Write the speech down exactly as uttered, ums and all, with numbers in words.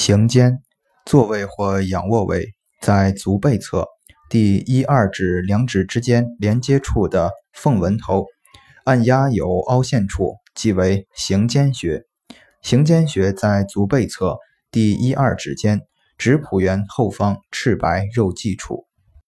行间，坐位或仰卧位，在足背侧第一二指两指之间连接处的缝纹头，按压有凹陷处，即为行间穴。行间穴在足背侧第一二指间，指蹼缘后方赤白肉际处。